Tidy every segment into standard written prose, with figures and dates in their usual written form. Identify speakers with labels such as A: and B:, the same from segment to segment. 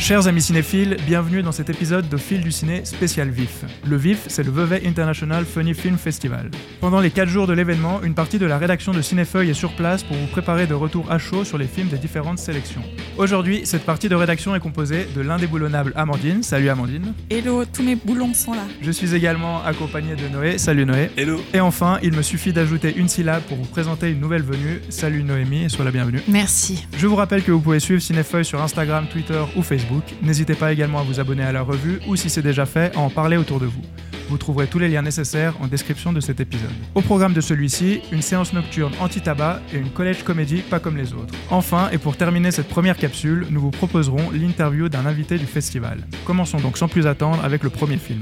A: Chers amis cinéphiles, bienvenue dans cet épisode de Fil du Ciné spécial VIF. Le VIF, c'est le Vevey International Funny Film Festival. Pendant les 4 jours de l'événement, une partie de la rédaction de Cinéfeuille est sur place pour vous préparer de retour à chaud sur les films des différentes sélections. Aujourd'hui, cette partie de rédaction est composée de l'indéboulonnable Amandine. Salut Amandine.
B: Hello, tous mes boulons sont là.
A: Je suis également accompagné de Noé. Salut Noé.
C: Hello.
A: Et enfin, il me suffit d'ajouter une syllabe pour vous présenter une nouvelle venue. Salut Noémie et sois la bienvenue.
B: Merci.
A: Je vous rappelle que vous pouvez suivre Cinéfeuille sur Instagram, Twitter ou Facebook. N'hésitez pas également à vous abonner à la revue ou si c'est déjà fait, à en parler autour de vous. Vous trouverez tous les liens nécessaires en description de cet épisode. Au programme de celui-ci, une séance nocturne anti-tabac et une college comédie pas comme les autres. Enfin, et pour terminer cette première capsule, nous vous proposerons l'interview d'un invité du festival. Commençons donc sans plus attendre avec le premier film.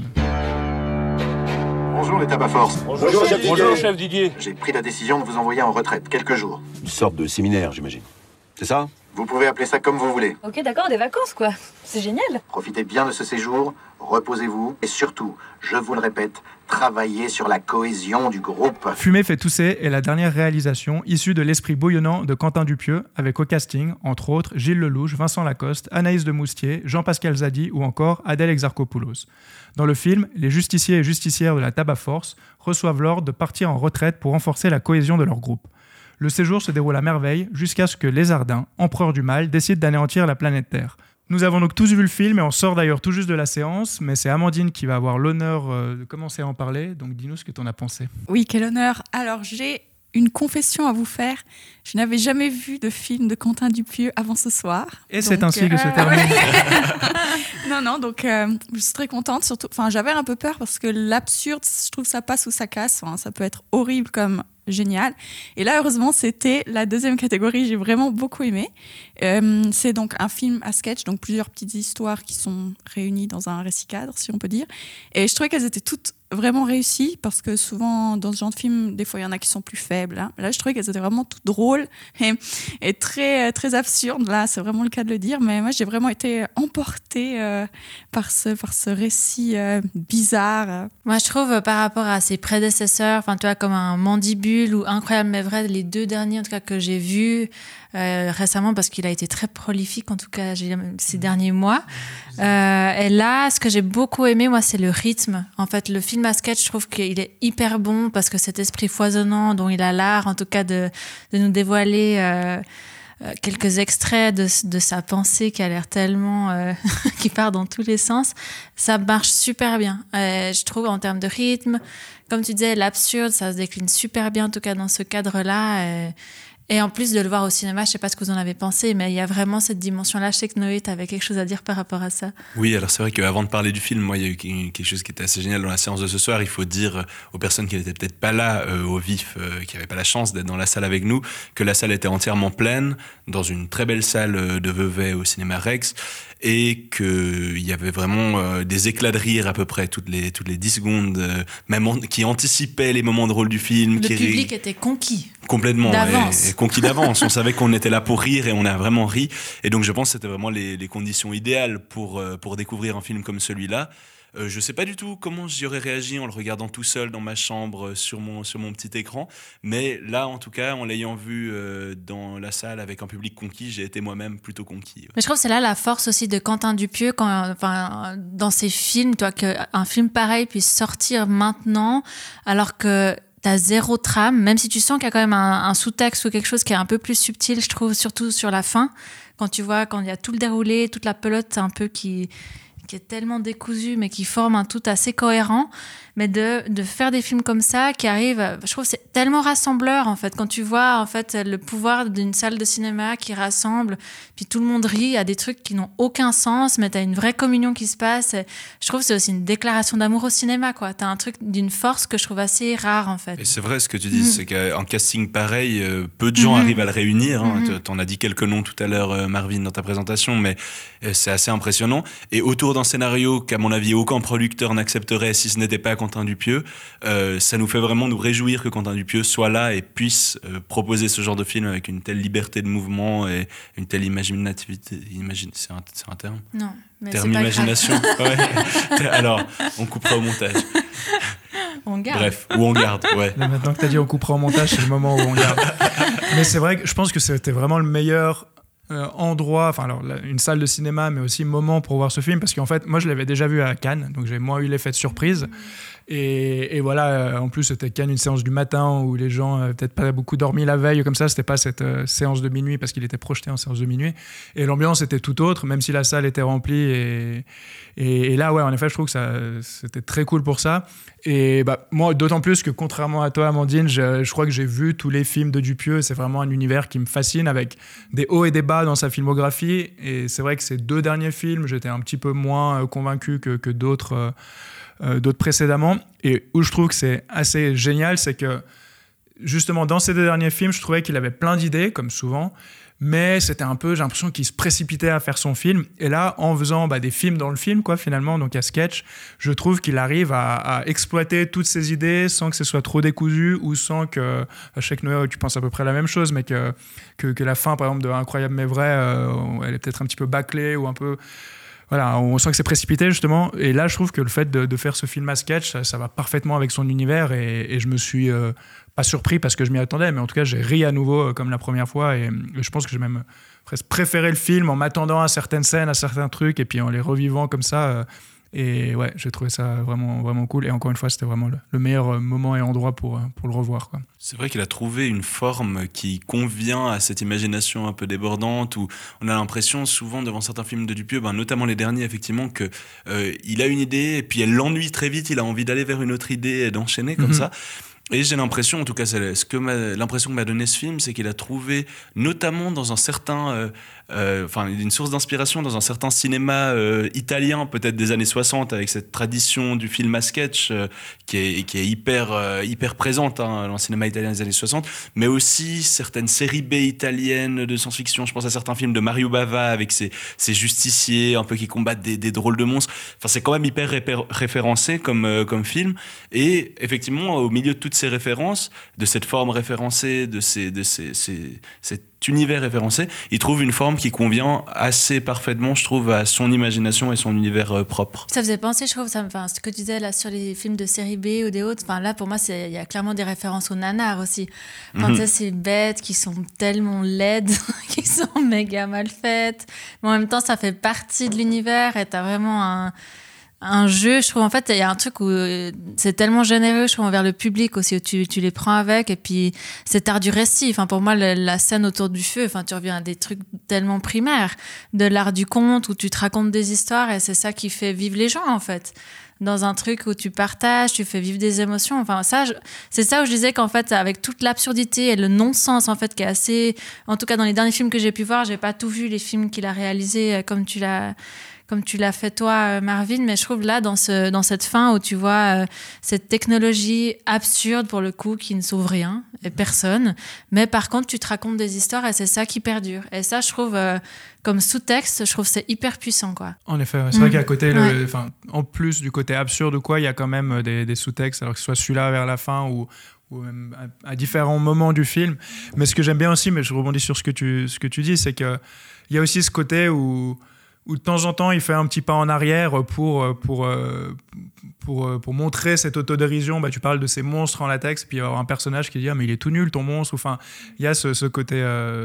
D: Bonjour les tabac force.
E: Bonjour chef Didier.
D: J'ai pris la décision de vous envoyer en retraite quelques jours.
E: Une sorte de séminaire, j'imagine. C'est ça?
D: Vous pouvez appeler ça comme vous voulez.
F: Ok, d'accord, des vacances, quoi. C'est génial.
D: Profitez bien de ce séjour, reposez-vous et surtout, je vous le répète, travaillez sur la cohésion du groupe.
A: Fumer fait tousser est la dernière réalisation issue de l'esprit bouillonnant de Quentin Dupieux, avec au casting, entre autres, Gilles Lelouch, Vincent Lacoste, Anaïs de Moustier, Jean-Pascal Zadi ou encore Adèle Exarchopoulos. Dans le film, les justiciers et justicières de la Tabac Force reçoivent l'ordre de partir en retraite pour renforcer la cohésion de leur groupe. Le séjour se déroule à merveille jusqu'à ce que Lézardin, empereur du mal, décide d'anéantir la planète Terre. Nous avons donc tous vu le film et on sort d'ailleurs tout juste de la séance, mais c'est Amandine qui va avoir l'honneur de commencer à en parler, donc dis-nous ce que tu en as pensé.
B: Oui, quel honneur. Alors, j'ai une confession à vous faire. Je n'avais jamais vu de film de Quentin Dupieux avant ce soir.
A: Et donc, c'est ainsi que se termine.
B: Non, donc je suis très contente. Surtout, j'avais un peu peur parce que l'absurde, je trouve ça passe ou ça casse. Ça peut être horrible comme génial. Et là, heureusement, c'était la deuxième catégorie. J'ai vraiment beaucoup aimé. C'est donc un film à sketch, donc plusieurs petites histoires qui sont réunies dans un récit cadre, si on peut dire. Et je trouvais qu'elles étaient toutes vraiment réussies parce que souvent, dans ce genre de film, des fois, il y en a qui sont plus faibles. Hein. Là, je trouvais qu'elles étaient vraiment toutes drôles et très, très absurdes. Là, c'est vraiment le cas de le dire. Mais moi, j'ai vraiment été emportée par ce récit bizarre.
G: Moi, je trouve, par rapport à ses prédécesseurs, tu vois, comme un Mandibule ou Incroyable mais vrai, les deux derniers, en tout cas, que j'ai vus récemment, parce qu'il a été très prolifique, en tout cas, ces derniers mois. Et là, ce que j'ai beaucoup aimé, moi, c'est le rythme. En fait, le film à sketch, je trouve qu'il est hyper bon parce que cet esprit foisonnant dont il a l'art, en tout cas, de nous dévoiler quelques extraits de sa pensée qui a l'air tellement qui part dans tous les sens, ça marche super bien. Je trouve en termes de rythme, comme tu disais, l'absurde, ça se décline super bien, en tout cas dans ce cadre-là. Et en plus de le voir au cinéma, je sais pas ce que vous en avez pensé, mais il y a vraiment cette dimension-là. Je sais que Noé, tu avais quelque chose à dire par rapport à ça.
C: Oui, alors c'est vrai qu'avant de parler du film, moi, il y a eu quelque chose qui était assez génial dans la séance de ce soir. Il faut dire aux personnes qui n'étaient peut-être pas là au VIF, qui n'avaient pas la chance d'être dans la salle avec nous, que la salle était entièrement pleine, dans une très belle salle de Vevey au cinéma Rex, et qu'il y avait vraiment des éclats de rire à peu près toutes les 10 secondes, même qui anticipaient les moments drôles du film.
G: Le public était conquis.
C: Complètement,
G: d'avance.
C: Et conquis d'avance. On savait qu'on était là pour rire et on a vraiment ri. Et donc je pense que c'était vraiment les conditions idéales pour découvrir un film comme celui-là. Je sais pas du tout comment j'y aurais réagi en le regardant tout seul dans ma chambre sur mon petit écran, mais là en tout cas en l'ayant vu dans la salle avec un public conquis, j'ai été moi-même plutôt conquis.
G: Mais je trouve que c'est là la force aussi de Quentin Dupieux dans ses films, toi, qu'un film pareil puisse sortir maintenant alors que t'as zéro trame, même si tu sens qu'il y a quand même un sous-texte ou quelque chose qui est un peu plus subtil, je trouve, surtout sur la fin, quand il y a tout le déroulé, toute la pelote un peu qui est tellement décousu, mais qui forme un tout assez cohérent. Mais de faire des films comme ça, qui arrivent, je trouve que c'est tellement rassembleur, en fait. Quand tu vois, en fait, le pouvoir d'une salle de cinéma qui rassemble, puis tout le monde rit à des trucs qui n'ont aucun sens, mais t'as une vraie communion qui se passe. Et je trouve que c'est aussi une déclaration d'amour au cinéma, quoi. T'as un truc d'une force que je trouve assez rare, en fait.
C: Et c'est vrai ce que tu dis, c'est qu'un casting pareil, peu de gens arrivent à le réunir. Hein. T'en as dit quelques noms tout à l'heure, Marvin, dans ta présentation, mais c'est assez impressionnant. Et autour d'un scénario qu'à mon avis, aucun producteur n'accepterait si ce n'était pas Quentin Dupieux, ça nous fait vraiment nous réjouir que Quentin Dupieux soit là et puisse proposer ce genre de film avec une telle liberté de mouvement et une telle imaginativité. C'est un terme?
G: Non, mais
C: terme
G: c'est pas
C: imagination. Ouais. Alors, on coupera au montage.
G: On garde.
C: Bref, ou on garde, ouais.
A: Là, maintenant que tu as dit on coupera au montage, c'est le moment où on garde. Mais c'est vrai que je pense que c'était vraiment le meilleur endroit, enfin alors une salle de cinéma, mais aussi moment pour voir ce film, parce qu'en fait, moi je l'avais déjà vu à Cannes, donc j'ai moins eu l'effet de surprise. Et voilà, en plus c'était Cannes, une séance du matin où les gens peut-être pas beaucoup dormi la veille, comme ça, c'était pas cette séance de minuit parce qu'il était projeté en séance de minuit. Et l'ambiance était tout autre, même si la salle était remplie. Et là, ouais, en effet, je trouve que c'était très cool pour ça. Et bah, moi, d'autant plus que contrairement à toi, Amandine, je crois que j'ai vu tous les films de Dupieux. C'est vraiment un univers qui me fascine, avec des hauts et des bas dans sa filmographie. Et c'est vrai que ces 2 derniers films, j'étais un petit peu moins convaincu que d'autres précédemment. Et où je trouve que c'est assez génial, c'est que justement dans ces 2 derniers films, je trouvais qu'il avait plein d'idées, comme souvent, mais c'était un peu, j'ai l'impression qu'il se précipitait à faire son film. Et là, en faisant des films dans le film, quoi, finalement, donc à sketch, je trouve qu'il arrive à exploiter toutes ses idées sans que ce soit trop décousu, ou sans que, je sais que Noé, tu penses à peu près la même chose, mais que la fin, par exemple, de Incroyable mais vrai, elle est peut-être un petit peu bâclée, ou un peu... Voilà, on sent que c'est précipité, justement. Et là, je trouve que le fait de faire ce film à sketch, ça va parfaitement avec son univers. Et je me suis pas surpris parce que je m'y attendais, mais en tout cas, j'ai ri à nouveau comme la première fois. Et je pense que j'ai même presque préféré le film en m'attendant à certaines scènes, à certains trucs, et puis en les revivant comme ça. Et ouais, j'ai trouvé ça vraiment, vraiment cool. Et encore une fois, c'était vraiment le meilleur moment et endroit pour le revoir, quoi.
C: C'est vrai qu'il a trouvé une forme qui convient à cette imagination un peu débordante, où on a l'impression souvent devant certains films de Dupieux, notamment les derniers, effectivement, que il a une idée et puis elle l'ennuie très vite, il a envie d'aller vers une autre idée et d'enchaîner comme ça. Et j'ai l'impression, en tout cas, l'impression que m'a donné ce film, c'est qu'il a trouvé, notamment dans un certain, une source d'inspiration dans un certain cinéma italien, peut-être des années 60, avec cette tradition du film à sketch qui est hyper présente dans le cinéma italien des années 60, mais aussi certaines séries B italiennes de science-fiction. Je pense à certains films de Mario Bava avec ces justiciers un peu qui combattent des drôles de monstres. Enfin, c'est quand même hyper référencé comme film. Et effectivement, au milieu de toutes ces références, de cette forme référencée, de cet univers référencé, il trouve une forme qui convient assez parfaitement, je trouve, à son imagination et son univers propre.
G: Ça faisait penser, je trouve, ce que tu disais là sur les films de série B ou des autres. Là, pour moi, il y a clairement des références au nanar aussi. Tu sais, ces bêtes qui sont tellement laides, qui sont méga mal faites. Mais en même temps, ça fait partie de l'univers et t'as vraiment un jeu, je trouve. En fait, il y a un truc où c'est tellement généreux, je trouve, envers le public aussi, où tu les prends avec, et puis c'est art du récit. Pour moi, la scène autour du feu, tu reviens à des trucs tellement primaires, de l'art du conte, où tu te racontes des histoires, et c'est ça qui fait vivre les gens, en fait. Dans un truc où tu partages, tu fais vivre des émotions. C'est ça où je disais qu'en fait, avec toute l'absurdité et le non-sens, en fait, qui est assez... En tout cas, dans les derniers films que j'ai pu voir, j'ai pas tout vu, les films qu'il a réalisés comme tu l'as fait toi, Marvin, mais je trouve là, dans cette fin où tu vois cette technologie absurde, pour le coup, qui ne sauve rien et personne, mais par contre, tu te racontes des histoires et c'est ça qui perdure. Et ça, je trouve, comme sous-texte, je trouve c'est hyper puissant, quoi.
A: En effet, c'est vrai qu'à côté, en plus du côté absurde ou quoi, il y a quand même des sous-textes, alors que ce soit celui-là vers la fin ou même à différents moments du film. Mais ce que j'aime bien aussi, mais je rebondis sur ce que tu dis, c'est qu'il y a aussi ce côté où de temps en temps, il fait un petit pas en arrière pour montrer cette autodérision. Tu parles de ces monstres en latex, puis il y a un personnage qui dit « Ah, mais il est tout nul, ton monstre !» Enfin, il y a ce côté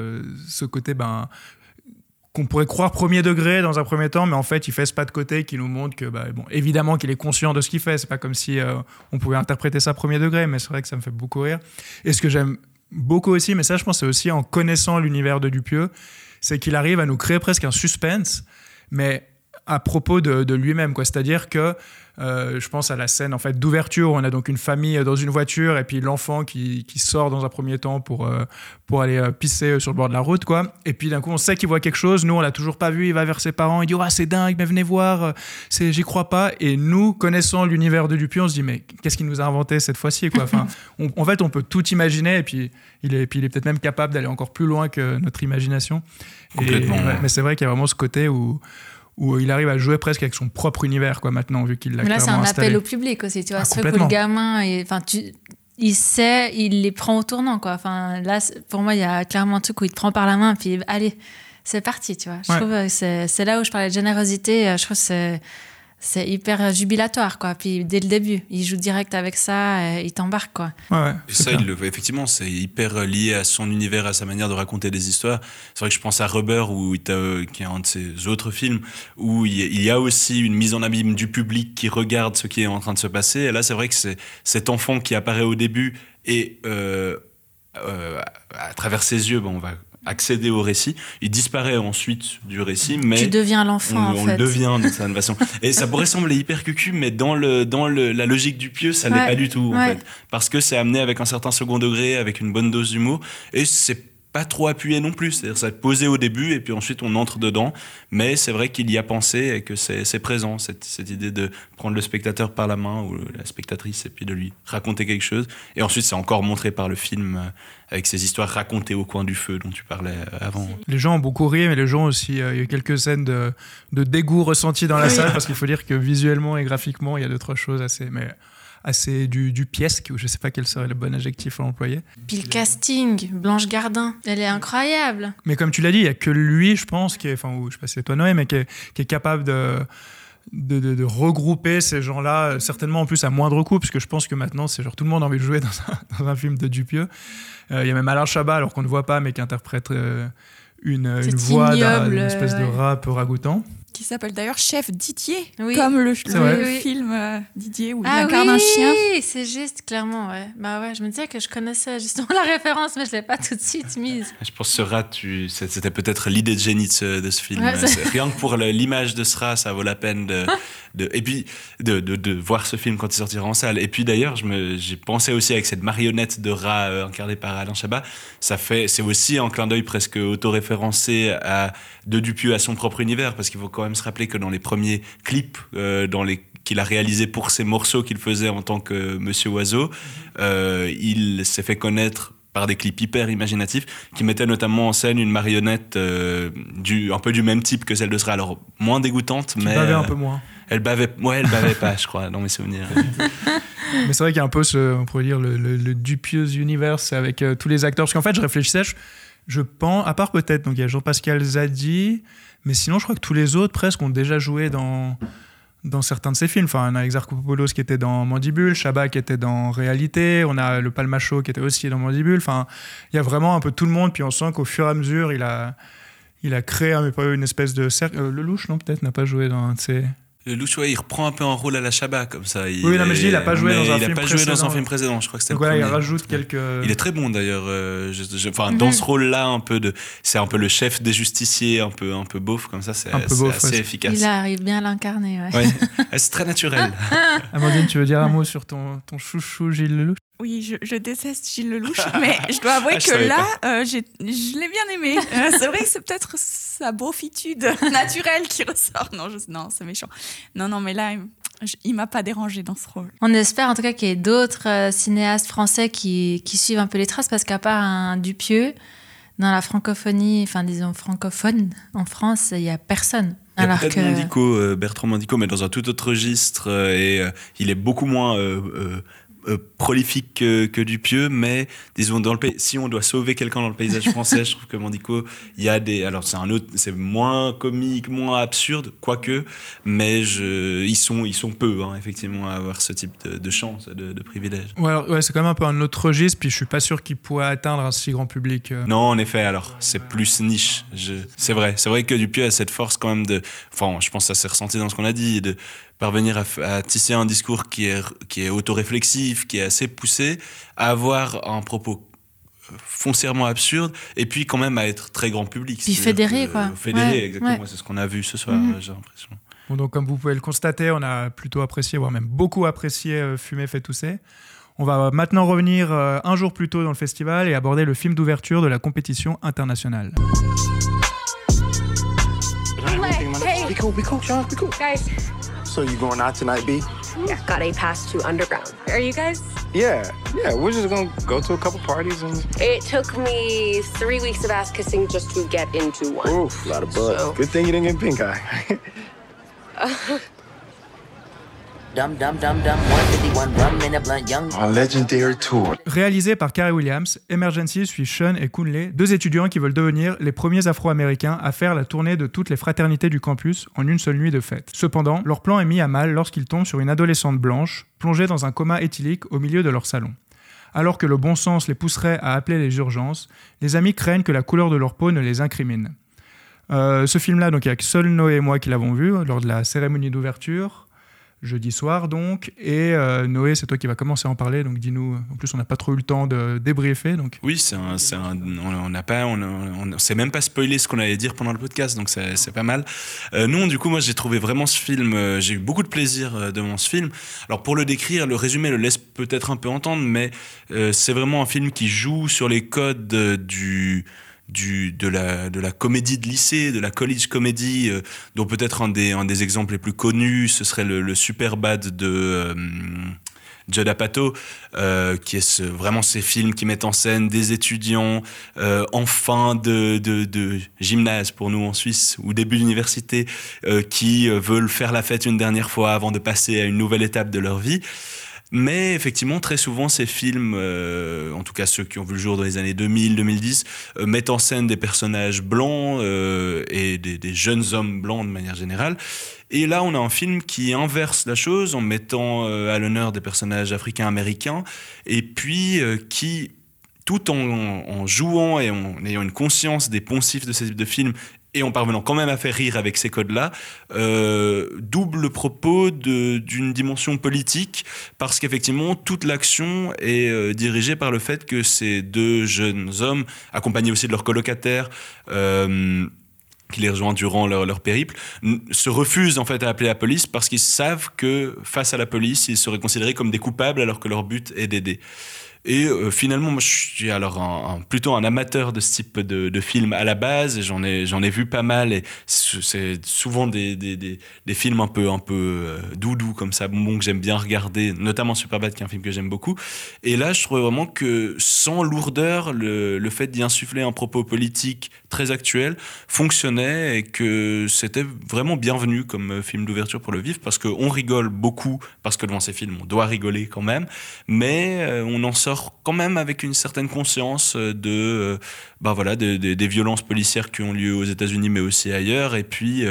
A: qu'on pourrait croire premier degré dans un premier temps, mais en fait, il fait ce pas de côté qui nous montre que, évidemment qu'il est conscient de ce qu'il fait. C'est pas comme si on pouvait interpréter ça premier degré, mais c'est vrai que ça me fait beaucoup rire. Et ce que j'aime beaucoup aussi, mais ça, je pense, c'est aussi en connaissant l'univers de Dupieux, c'est qu'il arrive à nous créer presque un suspense, mais à propos de lui-même, quoi. C'est-à-dire que je pense à la scène en fait d'ouverture où on a donc une famille dans une voiture et puis l'enfant qui sort dans un premier temps pour aller pisser sur le bord de la route, quoi. Et puis d'un coup on sait qu'il voit quelque chose, nous on l'a toujours pas vu, il va vers ses parents, il dit c'est dingue, mais venez voir, j'y crois pas. Et nous, connaissant l'univers de Dupieux, on se dit mais qu'est-ce qu'il nous a inventé cette fois-ci, quoi. Enfin, en fait on peut tout imaginer, et puis il est peut-être même capable d'aller encore plus loin que notre imagination.
C: Complètement.
A: Mais c'est vrai qu'il y a vraiment ce côté où il arrive à jouer presque avec son propre univers, quoi, maintenant, vu qu'il l'a clairement installé.
G: Là, c'est un appel au public aussi, tu vois, ce truc où le gamin, il sait, il les prend au tournant, quoi. Là, pour moi, il y a clairement un truc où il te prend par la main, puis allez, c'est parti, tu vois. Je trouve que c'est là où je parlais de générosité, je trouve que c'est hyper jubilatoire, quoi. Puis dès le début, il joue direct avec ça, il t'embarque, quoi.
A: Ouais,
C: et ça, effectivement, c'est hyper lié à son univers, à sa manière de raconter des histoires. C'est vrai que je pense à Rubber, qui est un de ses autres films, où il y a aussi une mise en abîme du public qui regarde ce qui est en train de se passer. Et là, c'est vrai que c'est cet enfant qui apparaît au début et à travers ses yeux, on va accéder au récit. Il disparaît ensuite du récit, mais
G: tu deviens l'enfant,
C: on le devient d'une certaine façon. Et ça pourrait sembler hyper cucu, mais dans la logique du Pieux, ça l'est pas du tout, en fait. Parce que c'est amené avec un certain second degré, avec une bonne dose d'humour, et c'est pas trop appuyé non plus. C'est-à-dire, ça posé au début, et puis ensuite on entre dedans. Mais c'est vrai qu'il y a pensé et que c'est présent, cette idée de prendre le spectateur par la main, ou la spectatrice, et puis de lui raconter quelque chose. Et ensuite, c'est encore montré par le film, avec ces histoires racontées au coin du feu dont tu parlais avant.
A: Les gens ont beaucoup ri, mais les gens aussi, il y a eu quelques scènes de dégoût ressenti dans la salle, parce qu'il faut dire que visuellement et graphiquement, il y a 2-3 choses assez du piesque, ou je sais pas quel serait le bon adjectif à employer.
G: Puis le casting, Blanche Gardin, elle est incroyable.
A: Mais comme tu l'as dit, il y a que lui, je pense, je sais pas si c'est toi Noé, mais qui est capable de regrouper ces gens-là, certainement en plus à moindre coût, parce que je pense que maintenant, c'est genre tout le monde a envie de jouer dans un film de Dupieux. Il y a même Alain Chabat, alors qu'on ne voit pas, mais qui interprète une voix d'une espèce de rat peu ragoûtant.
B: Qui s'appelle d'ailleurs Chef Didier,
G: oui.
B: comme le film Didier où il incarne un chien.
G: Oui, c'est juste, clairement, ouais. Bah ouais, je me disais que je connaissais justement la référence, mais je l'ai pas tout de suite mise.
C: Je pense que ce rat, c'était peut-être l'idée de génie de ce film.
G: Ouais,
C: rien que pour l'image de ce rat, ça vaut la peine et puis de voir ce film quand il sortira en salle. Et puis d'ailleurs, j'ai pensé aussi avec cette marionnette de rat incarnée par Alain Chabat, c'est aussi un clin d'œil presque autoréférencé de Dupieux à son propre univers, parce qu'il faut quand même se rappeler que dans les premiers clips qu'il a réalisés pour ces morceaux qu'il faisait en tant que Monsieur Oiseau, il s'est fait connaître par des clips hyper imaginatifs qui mettaient notamment en scène une marionnette un peu du même type que celle de ce rat, alors moins dégoûtante, mais
A: bavait un peu moins.
C: Elle bavait pas, je crois, dans mes souvenirs.
A: Mais c'est vrai qu'il y a un peu on pourrait dire le Dupieux Universe avec tous les acteurs, parce qu'en fait je réfléchissais, je pense, à part peut-être, donc il y a Jean-Pascal Zadi, mais sinon je crois que tous les autres presque ont déjà joué dans certains de ces films. Enfin, on a Exarchopoulos qui était dans Mandibule, Chabat qui était dans Réalité, on a le Palmacho qui était aussi dans Mandibule. Enfin, il y a vraiment un peu tout le monde, puis on sent qu'au fur et à mesure, il a créé une espèce de cercle. Lelouch, non, peut-être, n'a pas joué dans un de ces...
C: Lelouch, il reprend un peu un rôle à la Chabat, comme ça.
A: Oui, non, mais je dis, il n'a pas joué dans un film précédent.
C: Il n'a pas joué dans un film précédent, je crois que c'était
A: donc
C: le premier.
A: Il rajoute quelques...
C: Il est très bon, d'ailleurs. Dans ce rôle-là, c'est un peu le chef des justiciers, un peu beauf, comme ça, c'est assez efficace.
G: Il arrive bien à l'incarner, ouais.
C: C'est très naturel.
A: Amandine, tu veux dire un mot sur ton chouchou Gilles Lelouch ?
B: Oui, je déteste Gilles Lelouch, mais je dois avouer que là, je l'ai bien aimé. C'est vrai que c'est peut-être sa beaufitude naturelle qui ressort. Non, c'est méchant. Non, mais là, il m'a pas dérangé dans ce rôle.
G: On espère en tout cas qu'il y ait d'autres cinéastes français qui suivent un peu les traces, parce qu'à part un Dupieux, dans la francophonie, enfin disons francophone, en France, il n'y a personne.
C: Il y a peut-être Mandico, Bertrand Mandico, mais dans un tout autre registre, et il est beaucoup moins... prolifique que Dupieux, mais disons si on doit sauver quelqu'un dans le paysage français, je trouve que Mandico, il y a alors c'est moins comique, moins absurde, quoique, mais ils sont peu, effectivement, à avoir ce type de chance, de privilège.
A: Ouais, c'est quand même un peu un autre registre, puis je suis pas sûr qu'il pourrait atteindre un si grand public.
C: Non, en effet, alors c'est plus niche. C'est vrai que Dupieux a cette force quand même je pense que ça s'est ressenti dans ce qu'on a dit, de parvenir à tisser un discours qui est autoréflexif, qui est assez poussé, à avoir un propos foncièrement absurde, et puis quand même à être très grand public.
G: Puis fédéré, quoi.
C: Fédéré, exactement. Ouais. C'est ce qu'on a vu ce soir, j'ai l'impression.
A: Bon, donc comme vous pouvez le constater, on a plutôt apprécié, voire même beaucoup apprécié Fumer fait tousser. On va maintenant revenir un jour plus tôt dans le festival et aborder le film d'ouverture de la compétition internationale.
F: Hey.
H: Be cool, Sean, be cool.
F: Guys.
H: So you going out tonight, B?
F: Yeah, got a pass to Underground. Are you guys?
H: Yeah, we're just gonna go to a couple parties and...
F: It took me 3 weeks of ass kissing just to get into one.
H: Oof, a lot of buzz. So... Good thing you didn't get pink eye. Legendary tour.
A: Réalisé par Carey Williams, Emergency suit Sean et Kunle, 2 étudiants qui veulent devenir les premiers Afro-Américains à faire la tournée de toutes les fraternités du campus en une seule nuit de fête. Cependant, leur plan est mis à mal lorsqu'ils tombent sur une adolescente blanche, plongée dans un coma éthylique au milieu de leur salon. Alors que le bon sens les pousserait à appeler les urgences, les amis craignent que la couleur de leur peau ne les incrimine. Ce film-là, donc il n'y a que seul Noé et moi qui l'avons vu lors de la cérémonie d'ouverture, jeudi soir donc, et Noé, c'est toi qui vas commencer à en parler, donc dis-nous, en plus on n'a pas trop eu le temps de débriefer. Donc.
C: Oui, on s'est même pas spoilé ce qu'on allait dire pendant le podcast, donc c'est pas mal. Non, du coup, moi j'ai trouvé vraiment ce film, j'ai eu beaucoup de plaisir devant ce film. Alors pour le décrire, le résumé le laisse peut-être un peu entendre, mais c'est vraiment un film qui joue sur les codes de la comédie de lycée, de la college comedy, dont peut-être un des exemples les plus connus, ce serait le Superbad de Judd Apatow, qui est vraiment ces films qui mettent en scène des étudiants en fin de gymnase pour nous en Suisse, ou début d'université, qui veulent faire la fête une dernière fois avant de passer à une nouvelle étape de leur vie. Mais effectivement, très souvent, ces films, en tout cas ceux qui ont vu le jour dans les années 2000-2010, mettent en scène des personnages blancs et des jeunes hommes blancs de manière générale. Et là, on a un film qui inverse la chose en mettant à l'honneur des personnages africains-américains, et puis qui, tout en jouant et en ayant une conscience des poncifs de ces types de films, et en parvenant quand même à faire rire avec ces codes-là, double le propos d'une dimension politique, parce qu'effectivement, toute l'action est dirigée par le fait que ces 2 jeunes hommes, accompagnés aussi de leurs colocataires, qui les rejoignent durant leur périple, se refusent en fait à appeler la police parce qu'ils savent que face à la police, ils seraient considérés comme des coupables alors que leur but est d'aider. Et finalement, moi, je suis alors plutôt un amateur de ce type de film à la base. Et j'en ai vu pas mal. Et c'est souvent des films un peu doudous comme ça, bonbons, que j'aime bien regarder, notamment Superbad, qui est un film que j'aime beaucoup. Et là, je trouvais vraiment que sans lourdeur, le fait d'y insuffler un propos politique très actuel fonctionnait, et que c'était vraiment bienvenu comme film d'ouverture pour le vivre, parce qu'on rigole beaucoup, parce que devant ces films, on doit rigoler quand même, mais on en sort quand même avec une certaine conscience des violences policières qui ont lieu aux États-Unis, mais aussi ailleurs, et puis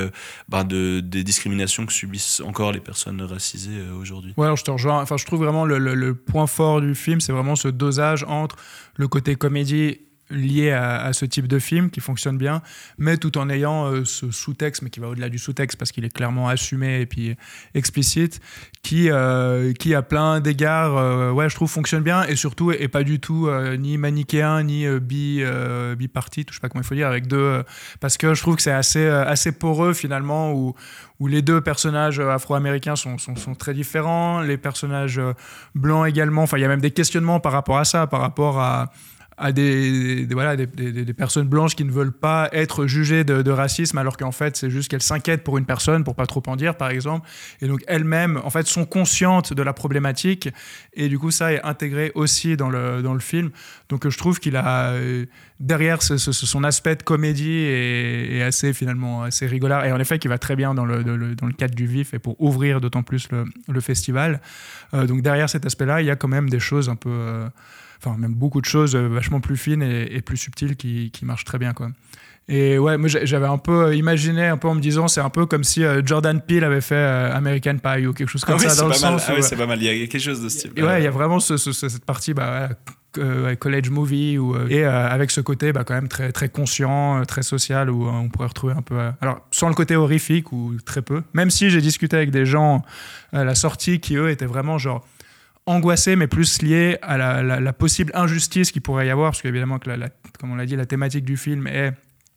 C: des discriminations que subissent encore les personnes racisées aujourd'hui.
A: Ouais, alors je te rejoins. Enfin, je trouve vraiment le point fort du film, c'est vraiment ce dosage entre le côté comédie lié à ce type de film qui fonctionne bien, mais tout en ayant ce sous-texte, mais qui va au-delà du sous-texte parce qu'il est clairement assumé et puis explicite, qui à plein d'égards, je trouve fonctionne bien, et surtout est pas du tout ni manichéen ni bipartite, je sais pas comment il faut dire, avec parce que je trouve que c'est assez poreux finalement, où les 2 personnages afro-américains sont très différents, les personnages blancs également. Enfin, il y a même des questionnements par rapport à ça, par rapport à des personnes blanches qui ne veulent pas être jugées de racisme, alors qu'en fait c'est juste qu'elles s'inquiètent pour une personne, pour pas trop en dire par exemple, et donc elles-mêmes en fait sont conscientes de la problématique, et du coup ça est intégré aussi dans le film. Donc je trouve qu'il a derrière son aspect de comédie est assez rigolard, et en effet qui va très bien dans le cadre du vif et pour ouvrir d'autant plus le festival. Donc derrière cet aspect-là, il y a quand même des choses un peu même beaucoup de choses vachement plus fines et plus subtiles qui marchent très bien, quoi. Et ouais, moi j'avais un peu imaginé, un peu en me disant, c'est un peu comme si Jordan Peele avait fait American Pie ou quelque chose comme ça, dans le sens où...
C: c'est pas mal, il y a quelque chose de ce type.
A: Ouais, il y a vraiment cette partie college movie, et avec ce côté quand même très, très conscient, très social, où on pourrait retrouver un peu... alors, sans le côté horrifique, ou très peu, même si j'ai discuté avec des gens à la sortie qui, eux, étaient vraiment genre angoissés, mais plus liés à la possible injustice qu'il pourrait y avoir, parce qu'évidemment, comme on l'a dit, la thématique du film est...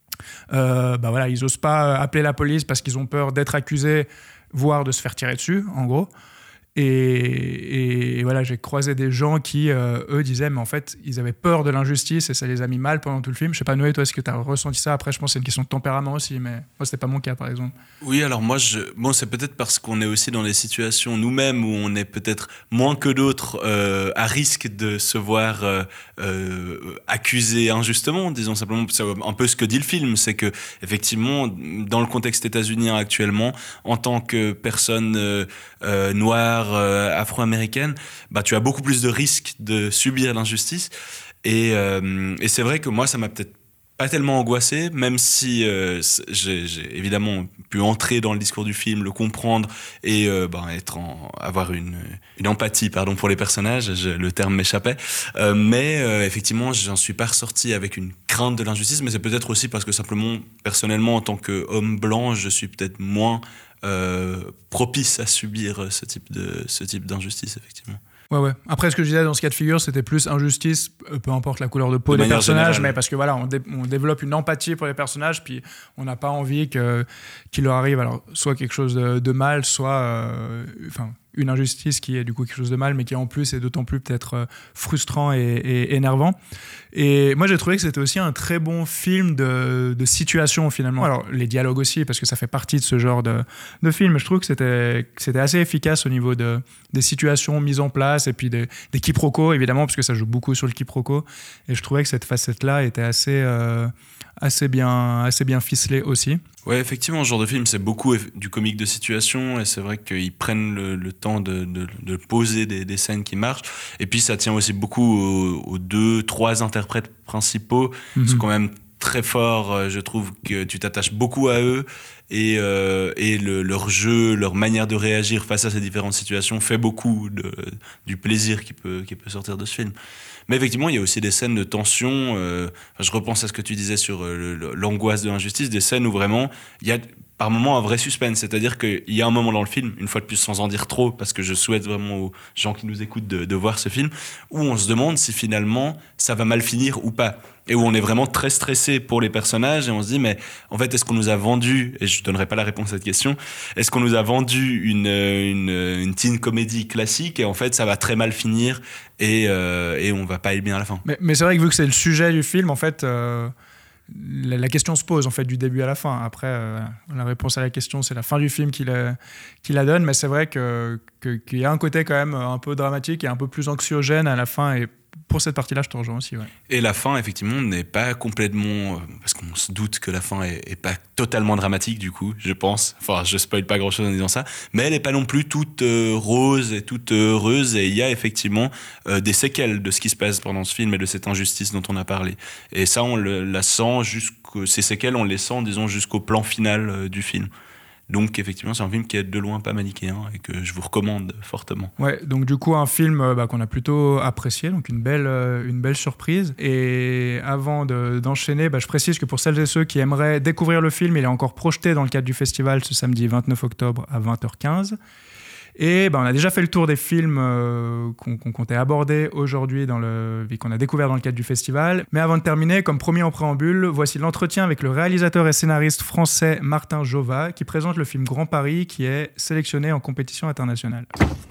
A: ils n'osent pas appeler la police parce qu'ils ont peur d'être accusés, voire de se faire tirer dessus, en gros. Et voilà, j'ai croisé des gens qui, eux, disaient, mais en fait, ils avaient peur de l'injustice et ça les a mis mal pendant tout le film. Je sais pas, Noé, toi, est-ce que tu as ressenti ça? Après, je pense que c'est une question de tempérament aussi, mais moi, c'était pas mon cas, par exemple.
C: Oui, alors moi, bon, c'est peut-être parce qu'on est aussi dans des situations nous-mêmes où on est peut-être moins que d'autres à risque de se voir accusé injustement, disons simplement. C'est un peu ce que dit le film, c'est que effectivement, dans le contexte états-unien actuellement, en tant que personne noire, afro-américaine, bah, tu as beaucoup plus de risques de subir l'injustice. Et c'est vrai que moi, ça m'a peut-être pas tellement angoissé, même si j'ai évidemment pu entrer dans le discours du film, le comprendre et avoir une empathie, pardon, pour les personnages. Le terme m'échappait, mais effectivement, j'en suis pas ressorti avec une crainte de l'injustice. Mais c'est peut-être aussi parce que simplement, personnellement, en tant qu'homme blanc, je suis peut-être moins propice à subir ce type d'injustice, effectivement.
A: Ouais. Après, ce que je disais dans ce cas de figure, c'était plus injustice, peu importe la couleur de peau des personnages, mais parce que voilà, on développe une empathie pour les personnages, puis on n'a pas envie qu'il leur arrive alors soit quelque chose de mal, soit une injustice qui est du coup quelque chose de mal, mais qui en plus est d'autant plus peut-être frustrant et énervant. Et moi, j'ai trouvé que c'était aussi un très bon film de situation, finalement. Alors, les dialogues aussi, parce que ça fait partie de ce genre de film. Je trouve que c'était assez efficace au niveau des situations mises en place, et puis des quiproquos, évidemment, parce que ça joue beaucoup sur le quiproquo. Et je trouvais que cette facette-là était assez bien ficelée aussi.
C: Ouais, effectivement, ce genre de film, c'est beaucoup du comique de situation, et c'est vrai qu'ils prennent le temps de poser des scènes qui marchent. Et puis, ça tient aussi beaucoup aux 2-3 interprètes principaux. Ils sont quand même très forts. Je trouve que tu t'attaches beaucoup à eux, et leur jeu, leur manière de réagir face à ces différentes situations fait beaucoup du plaisir qui peut sortir de ce film. Mais effectivement, il y a aussi des scènes de tension. Je repense à ce que tu disais sur l'angoisse de l'injustice, des scènes où vraiment il y a par moments un vrai suspense. C'est-à-dire qu'il y a un moment dans le film, une fois de plus sans en dire trop, parce que je souhaite vraiment aux gens qui nous écoutent de voir ce film, où on se demande si finalement ça va mal finir ou pas. Et où on est vraiment très stressé pour les personnages, et on se dit, mais en fait, est-ce qu'on nous a vendu, et je ne donnerai pas la réponse à cette question, est-ce qu'on nous a vendu une teen comédie classique, et en fait, ça va très mal finir, et on va pas aller bien à la fin.
A: Mais c'est vrai que vu que c'est le sujet du film, en fait, la question se pose en fait du début à la fin. Après, la réponse à la question, c'est la fin du film qui la donne, mais c'est vrai qu'il y a un côté quand même un peu dramatique et un peu plus anxiogène à la fin, et pour cette partie-là, je te rejoins aussi. Ouais.
C: Et la fin, effectivement, n'est pas complètement... parce qu'on se doute que la fin est pas totalement dramatique, du coup, je pense. Enfin, je spoil pas grand-chose en disant ça. Mais elle n'est pas non plus toute rose et toute heureuse. Et il y a effectivement des séquelles de ce qui se passe pendant ce film et de cette injustice dont on a parlé. Et ça, on la sent ces séquelles, on les sent, disons, jusqu'au plan final du film. Donc effectivement, c'est un film qui est de loin pas manichéen et que je vous recommande fortement.
A: Ouais, donc du coup un film qu'on a plutôt apprécié, donc une belle surprise. Et avant d'enchaîner, je précise que pour celles et ceux qui aimeraient découvrir le film, il est encore projeté dans le cadre du festival ce samedi 29 octobre à 20h15. Et on a déjà fait le tour des films qu'on comptait aborder aujourd'hui qu'on a découvert dans le cadre du festival. Mais avant de terminer, comme promis en préambule, voici l'entretien avec le réalisateur et scénariste français Martin Jova, qui présente le film Grand Paris, qui est sélectionné en compétition internationale.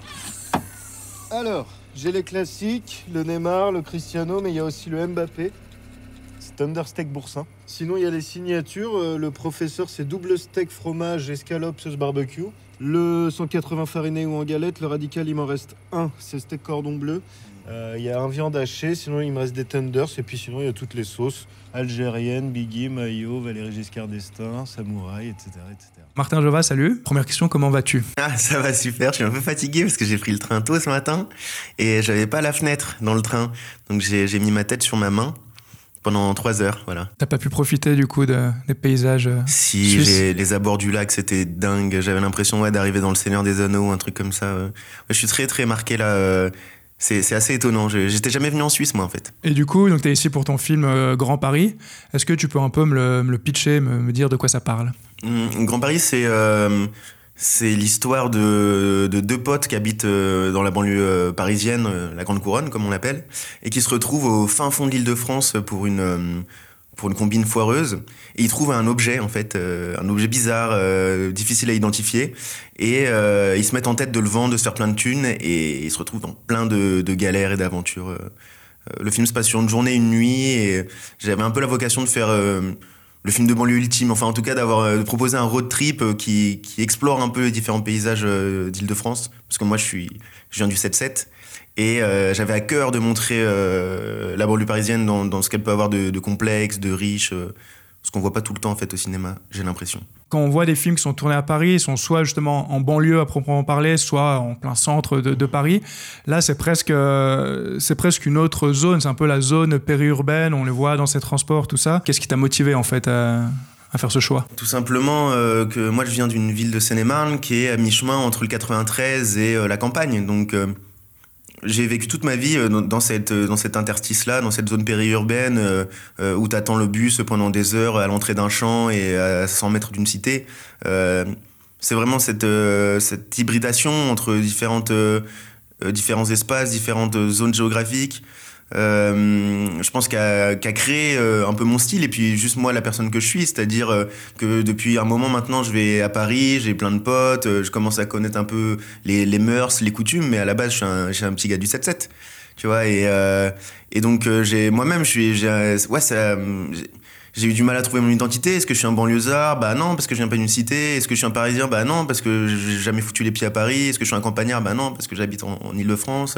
I: Alors, j'ai les classiques, le Neymar, le Cristiano, mais il y a aussi le Mbappé. C'est Thundersteak Boursin. Sinon, il y a les signatures. Le professeur, c'est double steak, fromage, escalope, sauce barbecue. Le 180 fariné ou en galette, le radical, il m'en reste un. C'est steak cordon bleu. Il y a un viande hachée, sinon il me reste des tenders. Et puis sinon, il y a toutes les sauces. Algérienne, Biggie, Mayo, Valéry Giscard d'Estaing, Samouraï, etc., etc.
A: Martin Jova, salut. Première question, comment vas-tu ?
J: Ah, ça va super. Je suis un peu fatigué parce que j'ai pris le train tôt ce matin. Et j'avais pas la fenêtre dans le train. Donc j'ai mis ma tête sur ma main. Pendant 3 heures, voilà.
A: T'as pas pu profiter du coup des paysages
J: Si, les abords du lac, c'était dingue. J'avais l'impression d'arriver dans le Seigneur des Anneaux, un truc comme ça. Je suis très très marqué là. C'est assez étonnant. J'étais jamais venu en Suisse, moi, en fait.
A: Et du coup, t'es ici pour ton film Grand Paris. Est-ce que tu peux un peu me le pitcher, me dire de quoi ça parle ?
J: Grand Paris, c'est l'histoire de 2 potes qui habitent dans la banlieue parisienne, la Grande Couronne, comme on l'appelle, et qui se retrouvent au fin fond de l'Île-de-France pour une pour une combine foireuse, et ils trouvent un objet en fait, un objet bizarre, difficile à identifier, et ils se mettent en tête de le vendre, de se faire plein de thunes, et ils se retrouvent dans plein de galères et d'aventures. Le film se passe sur une journée, une nuit, et j'avais un peu la vocation de faire le film de banlieue ultime, enfin en tout cas de proposer un road trip qui explore un peu les différents paysages d'Île-de-France, parce que moi je viens du 7-7, et j'avais à cœur de montrer la banlieue parisienne dans ce qu'elle peut avoir de complexe, de riche, ce qu'on voit pas tout le temps en fait au cinéma, j'ai l'impression.
A: Quand on voit des films qui sont tournés à Paris, ils sont soit justement en banlieue à proprement parler, soit en plein centre de Paris. Là, c'est presque une autre zone. C'est un peu la zone périurbaine. On les voit dans ces transports, tout ça. Qu'est-ce qui t'a motivé en fait à faire ce choix?
J: Tout simplement que moi, je viens d'une ville de Seine-et-Marne qui est à mi-chemin entre le 93 et la campagne. Donc, j'ai vécu toute ma vie dans cet interstice-là, dans cette zone périurbaine où t'attends le bus pendant des heures à l'entrée d'un champ et à 100 mètres d'une cité. C'est vraiment cette hybridation entre différents espaces, différentes zones géographiques. Je pense qu'a créé un peu mon style, et puis juste moi, la personne que je suis, c'est-à-dire que depuis un moment maintenant, je vais à Paris, j'ai plein de potes, je commence à connaître un peu les mœurs, les coutumes, mais à la base, je suis un petit gars du 7-7, tu vois, et donc j'ai eu du mal à trouver mon identité. Est-ce que je suis un banlieusard? Bah non, parce que je viens pas d'une cité. Est-ce que je suis un Parisien? Bah non, parce que j'ai jamais foutu les pieds à Paris. Est-ce que je suis un campagnard? Bah non, parce que j'habite en Île-de-France.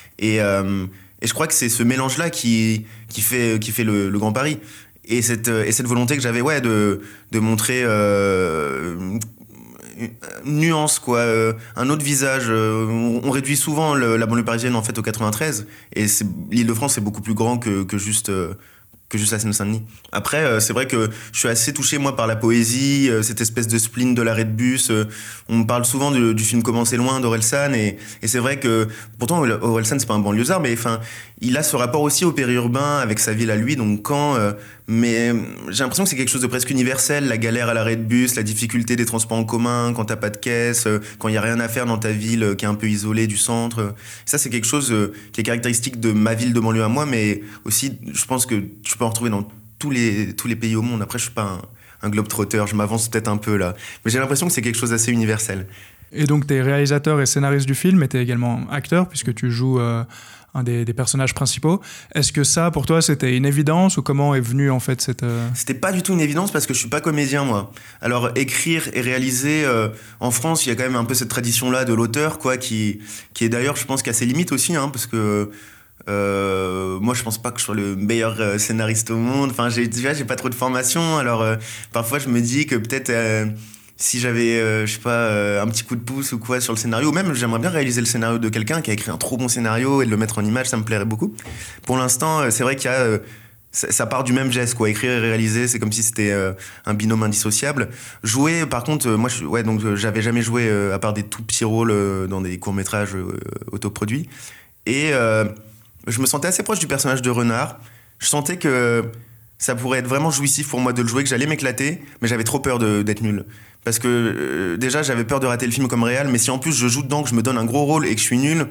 J: Et je crois que c'est ce mélange-là qui fait le Grand Paris. Et cette volonté que j'avais, de montrer une nuance, quoi, un autre visage. On réduit souvent la banlieue parisienne en fait au 93, et l'Île-de-France c'est beaucoup plus grand que juste la Seine-Saint-Denis. Après, c'est vrai que je suis assez touché, moi, par la poésie, cette espèce de spleen de l'arrêt de bus. On me parle souvent du film Comment c'est loin d'Orelsan, et c'est vrai que, pourtant, Orelsan, c'est pas un banlieusard, mais enfin, il a ce rapport aussi au périurbain avec sa ville à lui, donc Caen, mais j'ai l'impression que c'est quelque chose de presque universel, la galère à l'arrêt de bus, la difficulté des transports en commun, quand t'as pas de caisse, quand il y a rien à faire dans ta ville qui est un peu isolée du centre. Ça, c'est quelque chose qui est caractéristique de ma ville de banlieue à moi, mais aussi, je pense que tu peux en retrouver dans tous les pays au monde. Après, je suis pas un globe-trotteur, je m'avance peut-être un peu là, mais j'ai l'impression que c'est quelque chose d'assez universel.
A: Et donc, tu es réalisateur et scénariste du film, et tu es également acteur, puisque tu joues un des personnages principaux. Est-ce que ça, pour toi, c'était une évidence, ou comment est venue en fait cette...
J: C'était pas du tout une évidence, parce que je suis pas comédien, moi. Alors, écrire et réaliser, en France, il y a quand même un peu cette tradition-là de l'auteur, quoi, qui est d'ailleurs, je pense, qui a ses limites aussi, hein, parce que moi, je pense pas que je sois le meilleur scénariste au monde. Enfin, j'ai pas trop de formation, alors parfois, je me dis que peut-être... si j'avais, je sais pas, un petit coup de pouce ou quoi sur le scénario, ou même j'aimerais bien réaliser le scénario de quelqu'un qui a écrit un trop bon scénario et de le mettre en image, ça me plairait beaucoup. Pour l'instant, c'est vrai qu'il y a... ça part du même geste, quoi. Écrire et réaliser, c'est comme si c'était un binôme indissociable. Jouer, par contre, moi, donc j'avais jamais joué à part des tout petits rôles dans des courts-métrages autoproduits. Et je me sentais assez proche du personnage de Renard. Je sentais que ça pourrait être vraiment jouissif pour moi de le jouer, que j'allais m'éclater, mais j'avais trop peur d'être nul. Parce que déjà, j'avais peur de rater le film comme réal, mais si en plus je joue dedans, que je me donne un gros rôle et que je suis nul,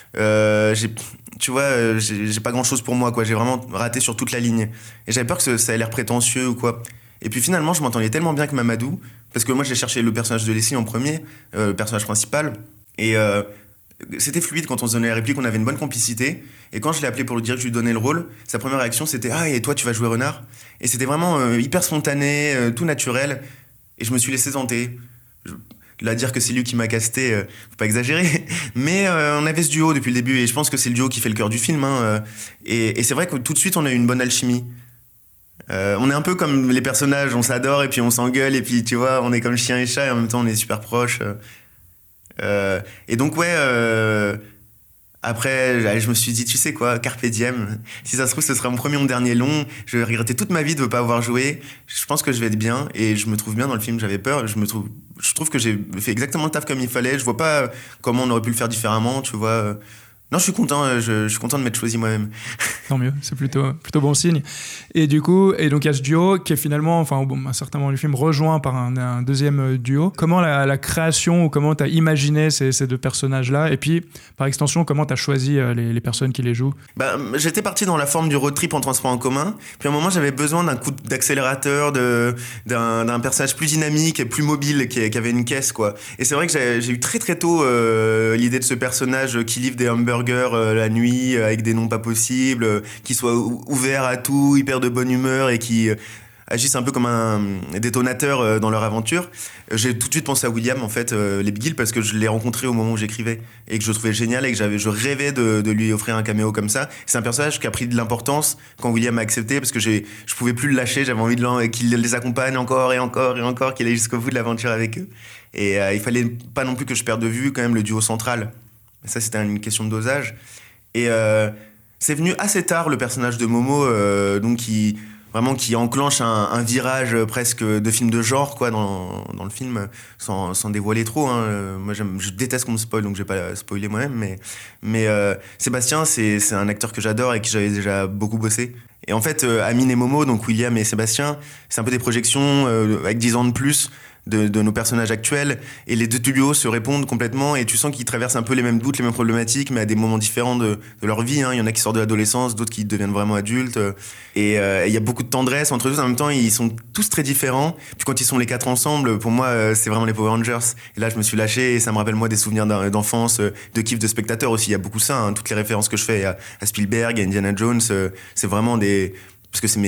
J: j'ai pas grand-chose pour moi, quoi. J'ai vraiment raté sur toute la ligne. Et j'avais peur que ça ait l'air prétentieux ou quoi. Et puis finalement, je m'entendais tellement bien avec Mamadou, parce que moi, j'ai cherché le personnage de Leslie en premier, le personnage principal, et c'était fluide quand on se donnait la réplique, on avait une bonne complicité. Et quand je l'ai appelé pour lui dire que je lui donnais le rôle, sa première réaction, c'était « Ah, et toi, tu vas jouer Renard ?» Et c'était vraiment hyper spontané, tout naturel. Et je me suis laissé tenter. Là, dire que c'est lui qui m'a casté, faut pas exagérer. Mais on avait ce duo depuis le début, et je pense que c'est le duo qui fait le cœur du film. Hein. Et c'est vrai que tout de suite, on a eu une bonne alchimie. On est un peu comme les personnages, on s'adore, et puis on s'engueule, et puis tu vois, on est comme chien et chat, et en même temps, on est super proches. Et donc, après, je me suis dit, tu sais quoi, carpe diem. Si ça se trouve, ce sera mon premier ou mon dernier long. Je vais regretter toute ma vie de ne pas avoir joué. Je pense que je vais être bien, et je me trouve bien dans le film. J'avais peur. Je trouve que j'ai fait exactement le taf comme il fallait. Je vois pas comment on aurait pu le faire différemment, tu vois. Non, je suis content. Je suis content de m'être choisi moi-même.
A: Tant mieux, c'est plutôt bon signe. Et du coup, donc il y a ce duo qui est finalement, à un certain moment du film, rejoint par un deuxième duo. Comment la création ou comment tu as imaginé ces deux personnages-là, et puis par extension, comment tu as choisi les personnes qui les jouent?
J: J'étais parti dans la forme du road trip en transport en commun. Puis à un moment, j'avais besoin d'un coup d'accélérateur, d'un personnage plus dynamique et plus mobile qui avait une caisse, quoi. Et c'est vrai que j'ai eu très très tôt l'idée de ce personnage qui livre des hamburgers la nuit avec des noms pas possibles, qui soit ouvert à tout, hyper de bonne humeur et qui agissent un peu comme un détonateur dans leur aventure. J'ai tout de suite pensé à William, en fait, les Big Hill, parce que je l'ai rencontré au moment où j'écrivais et que je trouvais génial et que je rêvais de lui offrir un caméo comme ça. C'est un personnage qui a pris de l'importance quand William a accepté, parce que je pouvais plus le lâcher, j'avais envie qu'il les accompagne encore et encore et encore, qu'il aille jusqu'au bout de l'aventure avec eux. Et il fallait pas non plus que je perde de vue quand même le duo central. Ça, c'était une question de dosage. Et c'est venu assez tard, le personnage de Momo, donc qui enclenche un virage presque de film de genre, quoi, dans le film, sans dévoiler trop. Hein. Moi, je déteste qu'on me spoil, donc je vais pas spoiler moi-même. Mais Sébastien, c'est un acteur que j'adore et que j'avais déjà beaucoup bossé. Et en fait, Amine et Momo, donc William et Sébastien, c'est un peu des projections avec 10 ans de plus de nos personnages actuels, et les deux duos se répondent complètement, et tu sens qu'ils traversent un peu les mêmes doutes, les mêmes problématiques, mais à des moments différents de leur vie, hein. Il y en a qui sortent de l'adolescence, d'autres qui deviennent vraiment adultes, et il y a beaucoup de tendresse entre eux. En même temps, ils sont tous très différents. Puis quand ils sont les quatre ensemble, pour moi, c'est vraiment les Power Rangers. Et là, je me suis lâché, et ça me rappelle moi des souvenirs d'enfance, de kiff de spectateurs aussi. Il y a beaucoup ça, hein. Toutes les références que je fais à Spielberg, à Indiana Jones, c'est vraiment parce que c'est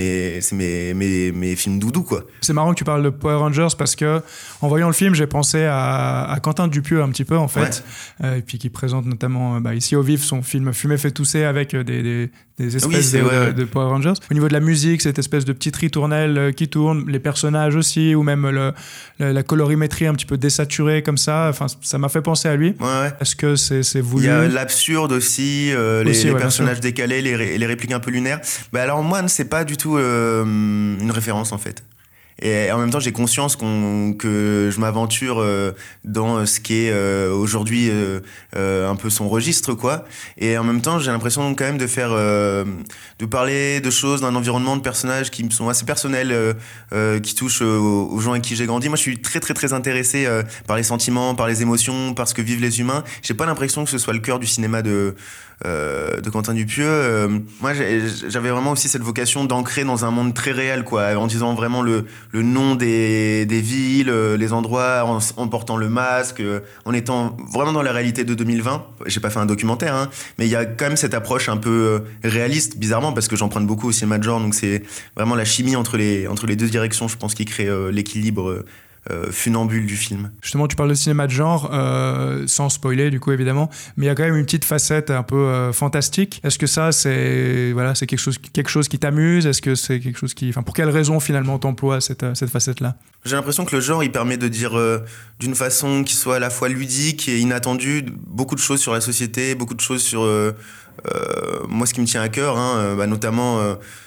J: mes films doudou, quoi.
A: C'est marrant que tu parles de Power Rangers, parce que en voyant le film, j'ai pensé à Quentin Dupieux un petit peu, en fait, et puis qui présente notamment ici au vif son film Fumer fait tousser avec des espèces de Power Rangers. Au niveau de la musique, cette espèce de petite ritournelle qui tourne, les personnages aussi, ou même la colorimétrie un petit peu désaturée comme ça, enfin, ça m'a fait penser à lui.
J: Ouais.
A: Est-ce que c'est voulu?
J: Il y a l'absurde aussi, les personnages décalés, les répliques un peu lunaires. Alors moi, c'est pas du tout une référence, en fait. Et en même temps, j'ai conscience que je m'aventure dans ce qui est aujourd'hui un peu son registre, quoi. Et en même temps, j'ai l'impression quand même de parler de choses, d'un environnement, de personnages qui me sont assez personnels, qui touchent aux gens avec qui j'ai grandi. Moi, je suis très, très, très intéressé par les sentiments, par les émotions, par ce que vivent les humains. J'ai pas l'impression que ce soit le cœur du cinéma de Quentin Dupieux. Moi, j'avais vraiment aussi cette vocation d'ancrer dans un monde très réel, quoi, en disant vraiment le nom des villes, les endroits, en portant le masque, en étant vraiment dans la réalité de 2020. J'ai pas fait un documentaire, hein, mais il y a quand même cette approche un peu réaliste, bizarrement, parce que j'emprunte beaucoup au cinéma de genre, donc c'est vraiment la chimie entre les deux directions, je pense, qui crée l'équilibre funambule du film.
A: Justement, tu parles de cinéma de genre, sans spoiler du coup évidemment, mais il y a quand même une petite facette un peu fantastique. Est-ce que ça, c'est quelque chose qui t'amuse? Est-ce que c'est quelque chose pour quelle raison finalement t'emploies cette facette-là?
J: J'ai l'impression que le genre, il permet de dire d'une façon qui soit à la fois ludique et inattendue beaucoup de choses sur la société, beaucoup de choses sur moi, ce qui me tient à cœur, hein, notamment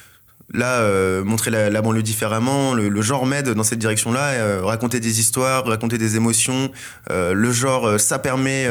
J: montrer la banlieue différemment. Le genre m'aide dans cette direction-là, raconter des histoires, raconter des émotions. Le genre, ça permet,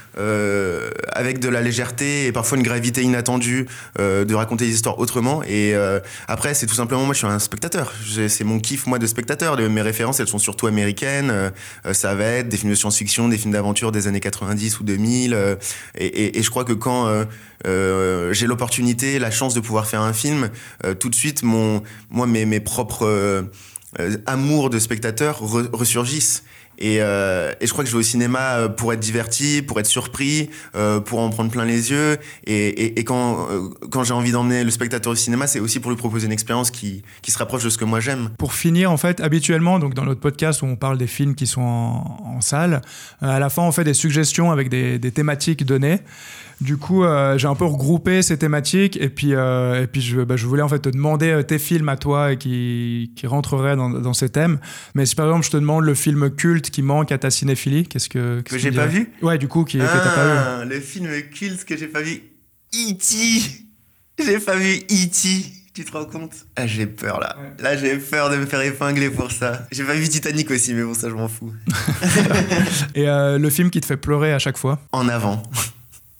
J: avec de la légèreté et parfois une gravité inattendue, de raconter des histoires autrement. Et après, c'est tout simplement, moi, je suis un spectateur. C'est mon kiff, moi, de spectateur. Mes références, elles sont surtout américaines. Ça va être des films de science-fiction, des films d'aventure des années 90 ou 2000. Et je crois que quand j'ai l'opportunité, la chance de pouvoir faire un film, tout de suite, mes propres amours de spectateur ressurgissent. Et je crois que je vais au cinéma pour être diverti, pour être surpris, pour en prendre plein les yeux. Et quand j'ai envie d'emmener le spectateur au cinéma, c'est aussi pour lui proposer une expérience qui se rapproche de ce que moi j'aime.
A: Pour finir, en fait, habituellement, donc dans notre podcast où on parle des films qui sont en salle, à la fin on fait des suggestions avec des thématiques données. Du coup, j'ai un peu regroupé ces thématiques, et puis je voulais en fait te demander tes films à toi qui rentreraient dans ces thèmes. Mais si par exemple je te demande le film culte qui manque à ta cinéphilie, qu'est-ce que
J: j'ai pas vu?
A: Ouais, du coup, que t'as pas vu.
J: Le film culte que j'ai pas vu, E.T. J'ai pas vu E.T. Tu te rends compte? Ah, j'ai peur là. Ouais. Là, j'ai peur de me faire épingler pour ça. J'ai pas vu Titanic aussi, mais bon, ça, je m'en fous. Et
A: le film qui te fait pleurer à chaque fois?
J: En avant.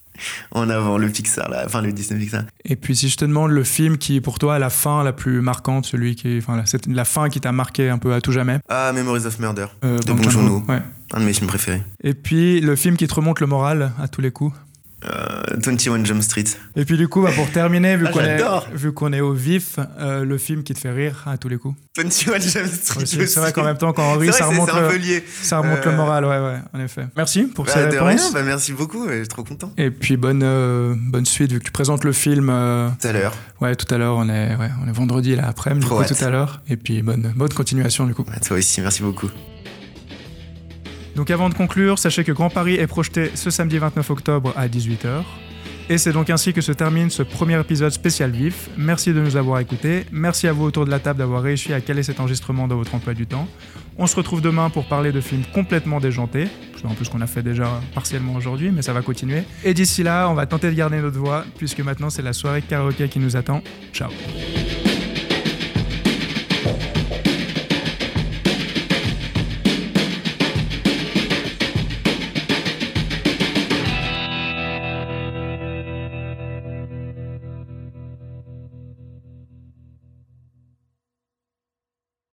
J: en avant, le Pixar, là, enfin le Disney Pixar.
A: Et puis si je te demande le film qui pour toi a la fin la plus marquante, celui qui, enfin c'est la fin qui t'a marqué un peu à tout jamais.
J: Ah, Memories of Murder, de
A: Bong
J: Bong Joon-ho.
A: Ouais.
J: Un de mes films préférés.
A: Et puis le film qui te remonte le moral à tous les coups.
J: 21 Jump Street.
A: Et puis du coup, pour terminer, vu
J: j'adore.
A: qu'on est au vif, le film qui te fait rire à tous les coups.
J: 21 Jump Street.
A: Aussi, c'est vrai qu'en même temps, quand on rit, ça remonte le moral, ouais, en effet. Merci pour ces réponses.
J: De rien, merci beaucoup, je suis trop content.
A: Et puis bonne suite, vu que tu présentes le film.
J: Tout à l'heure.
A: Ouais, tout à l'heure, on est vendredi là après-midi, du coup, tout à l'heure. Et puis bonne continuation du coup.
J: Ouais, toi aussi, merci beaucoup.
A: Donc avant de conclure, sachez que Grand Paris est projeté ce samedi 29 octobre à 18h. Et c'est donc ainsi que se termine ce premier épisode spécial VIF. Merci de nous avoir écoutés. Merci à vous autour de la table d'avoir réussi à caler cet enregistrement dans votre emploi du temps. On se retrouve demain pour parler de films complètement déjantés. C'est un peu ce qu'on a fait déjà partiellement aujourd'hui, mais ça va continuer. Et d'ici là, on va tenter de garder notre voix, puisque maintenant c'est la soirée karaoké qui nous attend. Ciao.